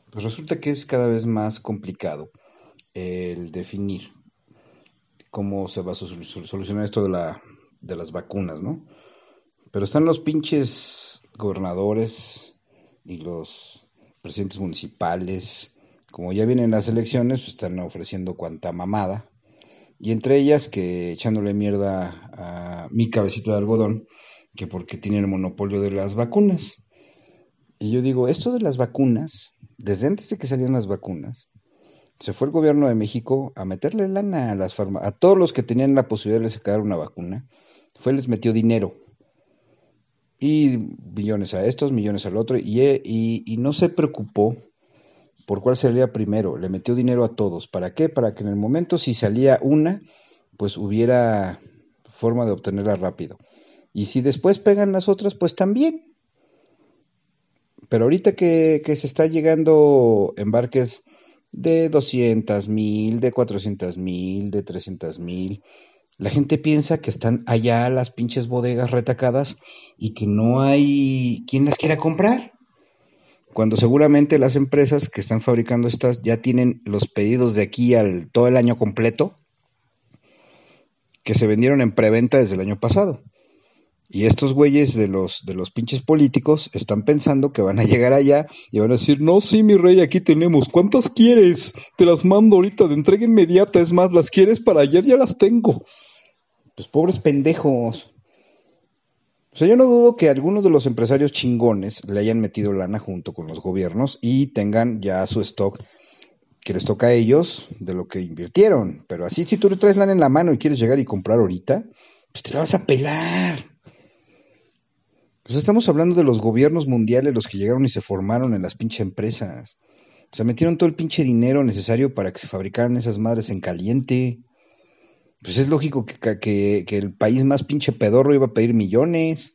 Pues resulta que es cada vez más complicado el definir cómo se va a solucionar esto de las vacunas, ¿no? Pero están los pinches gobernadores y los presidentes municipales, como ya vienen las elecciones, pues están ofreciendo cuanta mamada. Y entre ellas que echándole mierda a mi cabecita de algodón, que porque tiene el monopolio de las vacunas. Y yo digo, esto de las vacunas, desde antes de que salieran las vacunas, se fue el gobierno de México a meterle lana a a todos los que tenían la posibilidad de sacar una vacuna, les metió dinero. Y millones a estos, millones al otro, y no se preocupó por cuál salía primero, le metió dinero a todos. ¿Para qué? Para que en el momento si salía una, pues hubiera forma de obtenerla rápido. Y si después pegan las otras, pues también. Pero ahorita que se está llegando embarques de 200,000, de 400,000, de 300,000, la gente piensa que están allá las pinches bodegas retacadas y que no hay quien las quiera comprar. Cuando seguramente las empresas que están fabricando estas ya tienen los pedidos de aquí al todo el año completo que se vendieron en preventa desde el año pasado. Y estos güeyes de los pinches políticos están pensando que van a llegar allá y van a decir, no, sí, mi rey, aquí tenemos. ¿Cuántas quieres? Te las mando ahorita de entrega inmediata. Es más, ¿las quieres para ayer? Ya las tengo. Pues pobres pendejos. O sea, yo no dudo que algunos de los empresarios chingones le hayan metido lana junto con los gobiernos y tengan ya su stock que les toca a ellos de lo que invirtieron. Pero así, si tú traes lana en la mano y quieres llegar y comprar ahorita, pues te la vas a pelar. Pues estamos hablando de los gobiernos mundiales, los que llegaron y se formaron en las pinche empresas. O sea, metieron todo el pinche dinero necesario para que se fabricaran esas madres en caliente. Pues es lógico que el país más pinche pedorro iba a pedir millones.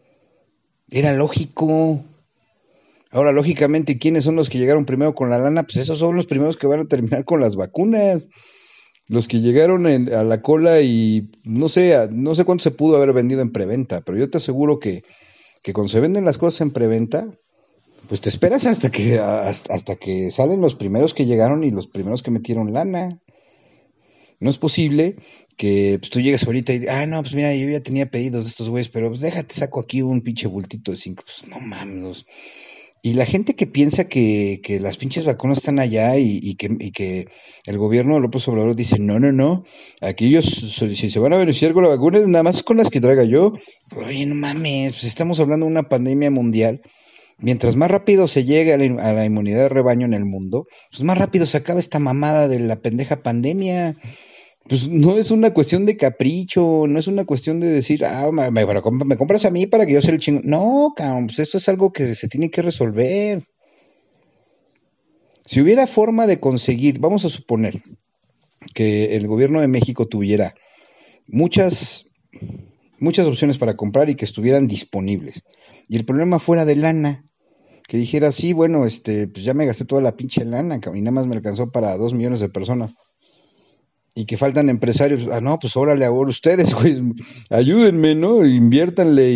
Era lógico. Ahora, lógicamente, ¿quiénes son los que llegaron primero con la lana? Pues esos son los primeros que van a terminar con las vacunas. Los que llegaron a la cola y no sé cuánto se pudo haber vendido en preventa, pero yo te aseguro que cuando se venden las cosas en preventa, pues te esperas hasta que salen los primeros que llegaron y los primeros que metieron lana. No es posible que pues, tú llegues ahorita y no, pues mira, yo ya tenía pedidos de estos güeyes, pero pues déjate, saco aquí un pinche bultito de 5. Pues no mames. Y la gente que piensa que las pinches vacunas están allá y que el gobierno de López Obrador dice, no, no, no, aquí ellos, si se van a beneficiar con la vacuna, nada más con las que traiga yo. Oye, no mames, pues estamos hablando de una pandemia mundial. Mientras más rápido se llegue a la inmunidad de rebaño en el mundo, pues más rápido se acaba esta mamada de la pendeja pandemia. Pues no es una cuestión de capricho, no es una cuestión de decir, me compras a mí para que yo sea el chingón. No, cabrón, pues esto es algo que se tiene que resolver. Si hubiera forma de conseguir, vamos a suponer que el gobierno de México tuviera muchas, muchas opciones para comprar y que estuvieran disponibles. Y el problema fuera de lana, que dijera, sí, bueno, pues ya me gasté toda la pinche lana, cabrón, y nada más me alcanzó para 2 millones de personas. Y que faltan empresarios, no, pues órale, ahora ustedes, güey, ayúdenme, ¿no? Inviértanle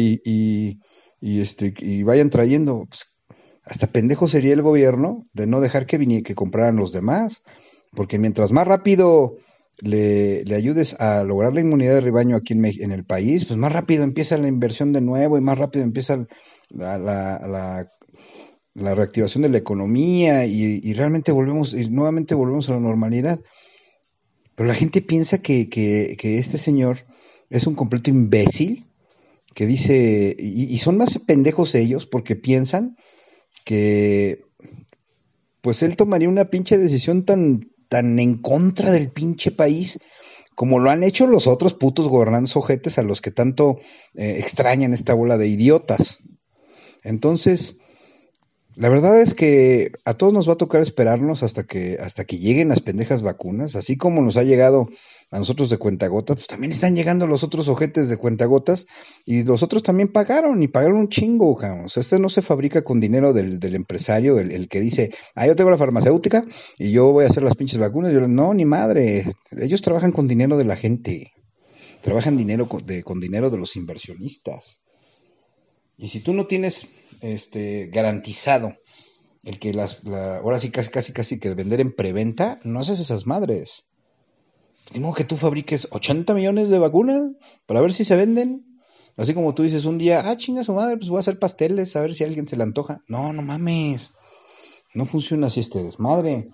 y vayan trayendo. Pues, hasta pendejo sería el gobierno de no dejar que compraran los demás, porque mientras más rápido le ayudes a lograr la inmunidad de rebaño aquí en el país, pues más rápido empieza la inversión de nuevo y más rápido empieza la, la, la, la reactivación de la economía y realmente y nuevamente volvemos a la normalidad. Pero la gente piensa que este señor es un completo imbécil que dice, y son más pendejos ellos porque piensan que pues él tomaría una pinche decisión tan en contra del pinche país como lo han hecho los otros putos gobernantes ojetes a los que tanto extrañan esta bola de idiotas. Entonces, la verdad es que a todos nos va a tocar esperarnos hasta que lleguen las pendejas vacunas, así como nos ha llegado a nosotros de cuentagotas, pues también están llegando los otros ojetes de cuentagotas y los otros también pagaron y pagaron un chingo, cabrón. O sea, no se fabrica con dinero del empresario, el que dice, yo tengo la farmacéutica y yo voy a hacer las pinches vacunas. No, ni madre, ellos trabajan con dinero de la gente, trabajan con dinero de los inversionistas. Y si tú no tienes garantizado El que ahora sí casi que vender en preventa, no haces esas madres. Tengo que tú fabriques 80 millones de vacunas para ver si se venden. Así como tú dices un día, chinga su madre, pues voy a hacer pasteles a ver si a alguien se le antoja. No, no mames. No funciona así este desmadre.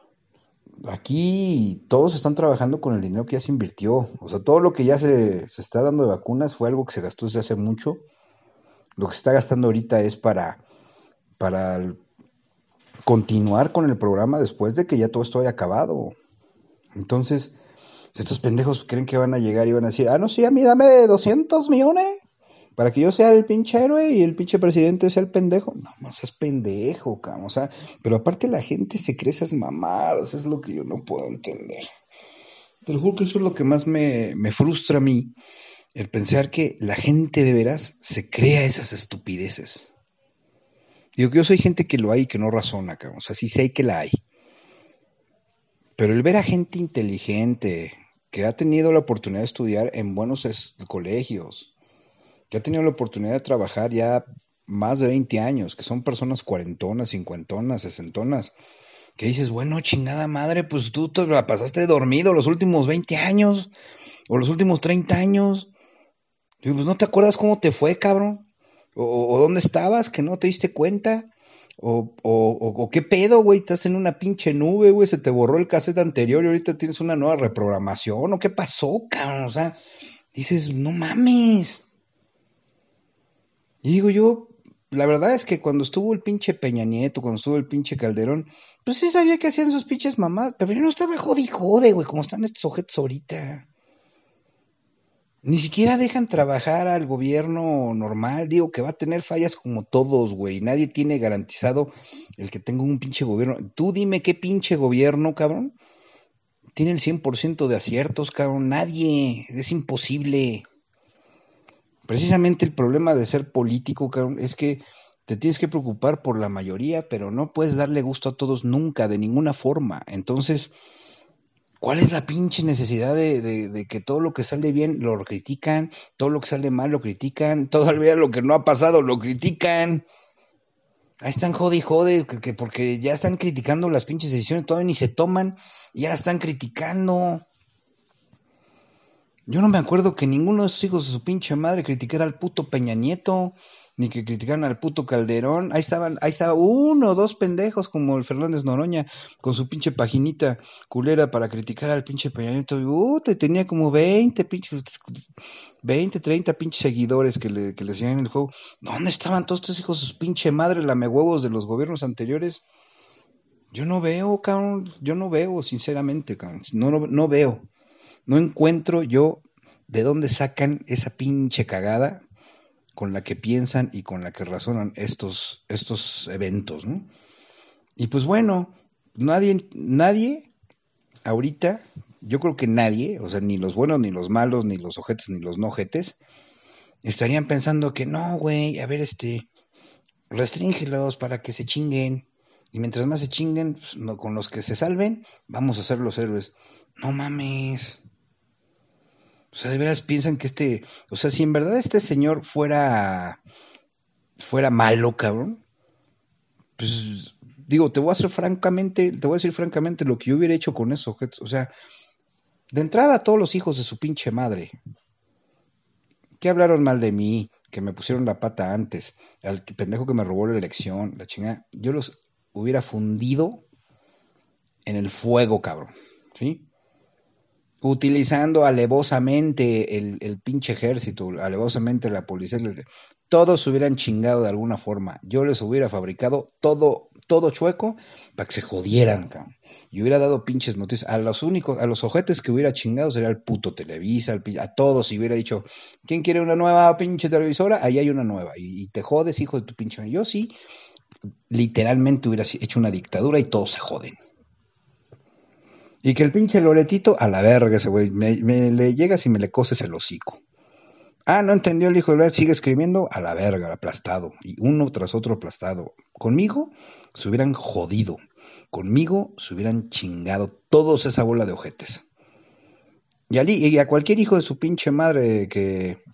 Aquí todos están trabajando con el dinero que ya se invirtió. O sea, todo lo que ya se está dando de vacunas fue algo que se gastó desde hace mucho. Lo que se está gastando ahorita es para continuar con el programa después de que ya todo esto haya acabado. Entonces, estos pendejos creen que van a llegar y van a decir, no, sí, a mí dame 200 millones para que yo sea el pinche héroe y el pinche presidente sea el pendejo. No, no seas pendejo, cabrón. O sea, pero aparte la gente se cree esas mamadas, es lo que yo no puedo entender. Te lo juro que eso es lo que más me frustra a mí, el pensar que la gente de veras se crea esas estupideces. Digo que yo soy gente que lo hay y que no razona, cabrón. O sea, sí sé que la hay. Pero el ver a gente inteligente, que ha tenido la oportunidad de estudiar en buenos colegios, que ha tenido la oportunidad de trabajar ya más de 20 años, que son personas cuarentonas, cincuentonas, sesentonas, que dices, bueno, chingada madre, pues tú te la pasaste dormido los últimos 20 años o los últimos 30 años. Digo, pues no te acuerdas cómo te fue, cabrón. O dónde estabas, que no te diste cuenta. O qué pedo, güey, estás en una pinche nube, güey, se te borró el cassette anterior y ahorita tienes una nueva reprogramación. ¿O qué pasó, cabrón? O sea, dices, no mames. Y digo yo, la verdad es que cuando estuvo el pinche Peña Nieto, cuando estuvo el pinche Calderón, pues sí sabía que hacían sus pinches mamás, pero yo no estaba jode y jode, güey, como están estos objetos ahorita. Ni siquiera dejan trabajar al gobierno normal, digo que va a tener fallas como todos, güey. Nadie tiene garantizado el que tenga un pinche gobierno. Tú dime qué pinche gobierno, cabrón, tiene el 100% de aciertos, cabrón. Nadie, es imposible. Precisamente el problema de ser político, cabrón, es que te tienes que preocupar por la mayoría, pero no puedes darle gusto a todos nunca, de ninguna forma. Entonces, ¿cuál es la pinche necesidad de que todo lo que sale bien lo critican, todo lo que sale mal lo critican, todavía lo que no ha pasado lo critican? Ahí están jode y jode, que porque ya están criticando las pinches decisiones, todavía ni se toman y ya la están criticando. Yo no me acuerdo que ninguno de esos hijos de su pinche madre criticara al puto Peña Nieto, ni que criticaran al puto Calderón. Ahí estaba uno o dos pendejos como el Fernández Noroña con su pinche paginita culera para criticar al pinche Peña Nieto. Y te tenía como 20, 30 pinches seguidores que le seguían el juego. ¿Dónde estaban todos estos hijos de su pinche madre lamehuevos de los gobiernos anteriores? Yo no veo, cabrón, yo no veo, sinceramente, cabrón. No veo. No encuentro yo de dónde sacan esa pinche cagada con la que piensan y con la que razonan estos eventos, ¿no? Y pues bueno, nadie ahorita, yo creo que nadie, o sea, ni los buenos, ni los malos, ni los ojetes, ni los no ojetes, estarían pensando que no, güey, a ver, restríngelos para que se chinguen. Y mientras más se chinguen, pues, con los que se salven, vamos a ser los héroes. No mames. O sea, de veras piensan que o sea, si en verdad este señor fuera malo, cabrón, pues digo, te voy a decir francamente lo que yo hubiera hecho con esos objetos. O sea, de entrada a todos los hijos de su pinche madre, que hablaron mal de mí, que me pusieron la pata antes, al pendejo que me robó la elección, la chingada, yo los hubiera fundido en el fuego, cabrón, ¿sí? Utilizando alevosamente el pinche ejército, alevosamente la policía, todos se hubieran chingado de alguna forma. Yo les hubiera fabricado todo chueco para que se jodieran, cabrón. Y hubiera dado pinches noticias. A los ojetes que hubiera chingado sería el puto Televisa, a todos, y hubiera dicho, ¿quién quiere una nueva pinche televisora? Ahí hay una nueva. Y te jodes, hijo de tu pinche. Yo sí, literalmente hubiera hecho una dictadura y todos se joden. Y que el pinche Loretito, a la verga ese güey, me le llegas y me le coses el hocico. No entendió el hijo de Blas, sigue escribiendo, a la verga, aplastado. Y uno tras otro aplastado. Conmigo se hubieran jodido. Conmigo se hubieran chingado todos esa bola de ojetes. Y a cualquier hijo de su pinche madre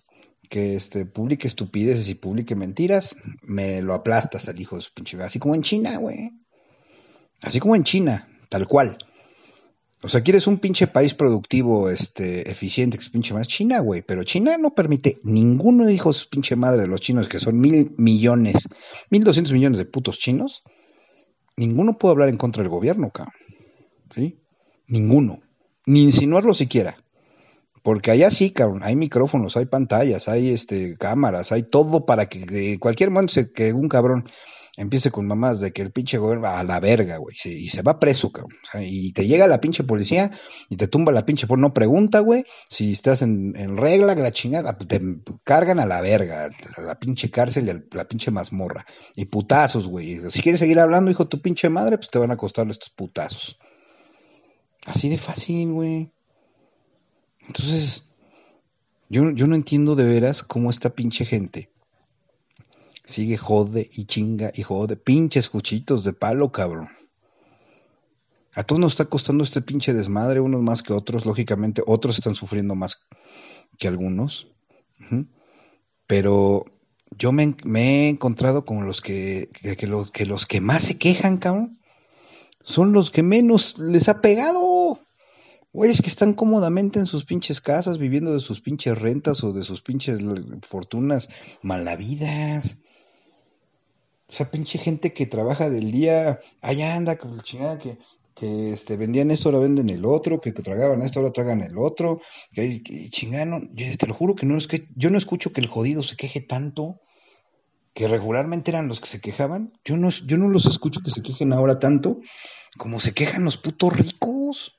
que publique estupideces y publique mentiras, me lo aplastas al hijo de su pinche. Así como en China, güey. Así como en China, tal cual. O sea, quieres un pinche país productivo, eficiente, que es pinche más China, güey. Pero China no permite ninguno de hijos de su pinche madre de los chinos, que son 1.000 millones, 1.200 millones de putos chinos. Ninguno puede hablar en contra del gobierno, cabrón. ¿Sí? Ninguno. Ni insinuarlo siquiera. Porque allá sí, cabrón, hay micrófonos, hay pantallas, hay cámaras, hay todo para que de cualquier momento que un cabrón empiece con mamás de que el pinche gobierno va a la verga, güey, y se va preso, cabrón. O sea, y te llega la pinche policía y te tumba la pinche por no pregunta, güey, si estás en regla, la chingada, te cargan a la verga, a la pinche cárcel y a la pinche mazmorra. Y putazos, güey. Si quieres seguir hablando, hijo de tu pinche madre, pues te van a costar estos putazos. Así de fácil, güey. Entonces, yo no entiendo de veras cómo esta pinche gente sigue jode y chinga y jode. Pinches cuchitos de palo, cabrón. A todos nos está costando este pinche desmadre, unos más que otros. Lógicamente, otros están sufriendo más que algunos. Ujú. Pero yo me he encontrado con los que los que más se quejan, cabrón, son los que menos les ha pegado. Güeyes que están cómodamente en sus pinches casas, viviendo de sus pinches rentas o de sus pinches fortunas malavidas. O sea, pinche gente que trabaja del día, allá anda con la chingada que vendían esto, ahora venden el otro, que tragaban esto, ahora tragan el otro, que chingada, no, yo te lo juro que no es que yo no escucho que el jodido se queje tanto, que regularmente eran los que se quejaban, yo no los escucho que se quejen ahora tanto como se quejan los putos ricos.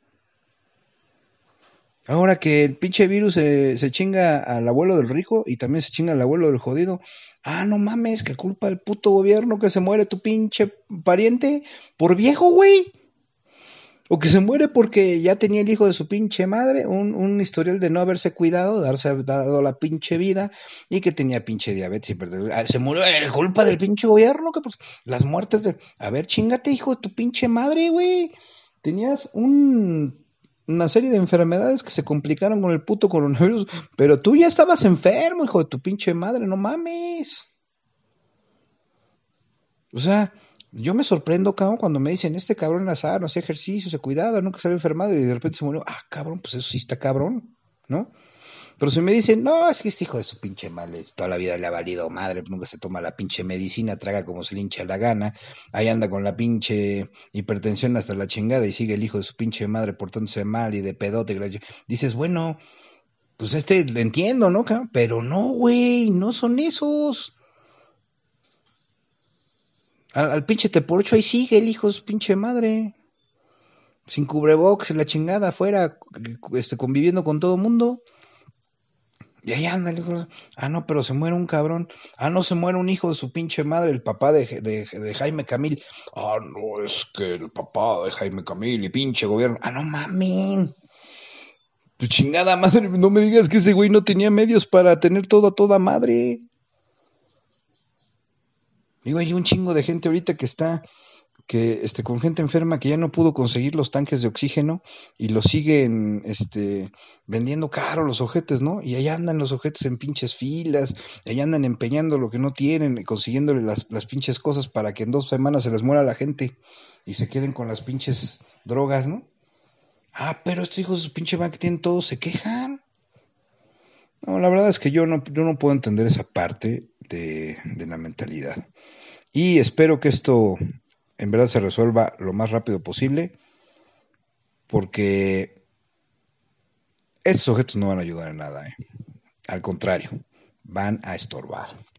Ahora que el pinche virus se chinga al abuelo del rico y también se chinga al abuelo del jodido. Ah, no mames, que culpa del puto gobierno que se muere tu pinche pariente por viejo, güey. O que se muere porque ya tenía el hijo de su pinche madre, un historial de no haberse cuidado, de haberse dado la pinche vida y que tenía pinche diabetes. Se murió, culpa del pinche gobierno, que pues las muertes de... A ver, chingate, hijo de tu pinche madre, güey. Tenías una serie de enfermedades que se complicaron con el puto coronavirus, pero tú ya estabas enfermo, hijo de tu pinche madre, no mames. O sea, yo me sorprendo, cabrón, cuando me dicen, este cabrón era sano, hacía ejercicio, se cuidaba, nunca se había enfermado y de repente se murió. Ah, cabrón, pues eso sí está cabrón, ¿no? Pero si me dicen, no, es que este hijo de su pinche madre, toda la vida le ha valido madre, nunca se toma la pinche medicina, traga como se le hincha la gana, ahí anda con la pinche hipertensión hasta la chingada y sigue el hijo de su pinche madre portándose mal y de pedote. Dices, bueno, pues le entiendo, ¿no, cabrón? Pero no, güey, no son esos. Al pinche Teporocho ahí sigue el hijo de su pinche madre. Sin cubrebox, la chingada, afuera, conviviendo con todo mundo. Y ahí anda el hijo. Ah, no, pero se muere un cabrón. Ah, no, se muere un hijo de su pinche madre, el papá de Jaime Camil. Ah, no, es que el papá de Jaime Camil y pinche gobierno. Ah, no mamen. Tu chingada madre, no me digas que ese güey no tenía medios para tener todo a toda madre. Digo, hay un chingo de gente ahorita con gente enferma que ya no pudo conseguir los tanques de oxígeno y los siguen vendiendo caro los ojetes, ¿no? Y allá andan los ojetes en pinches filas, allá andan empeñando lo que no tienen, consiguiéndole las pinches cosas para que en 2 semanas se les muera la gente y se queden con las pinches drogas, ¿no? Ah, pero estos hijos de su pinche banca tienen todo, se quejan. No, la verdad es que yo no puedo entender esa parte de la mentalidad. Y espero que esto en verdad se resuelva lo más rápido posible, porque estos objetos no van a ayudar en nada, ¿eh? Al contrario, van a estorbar.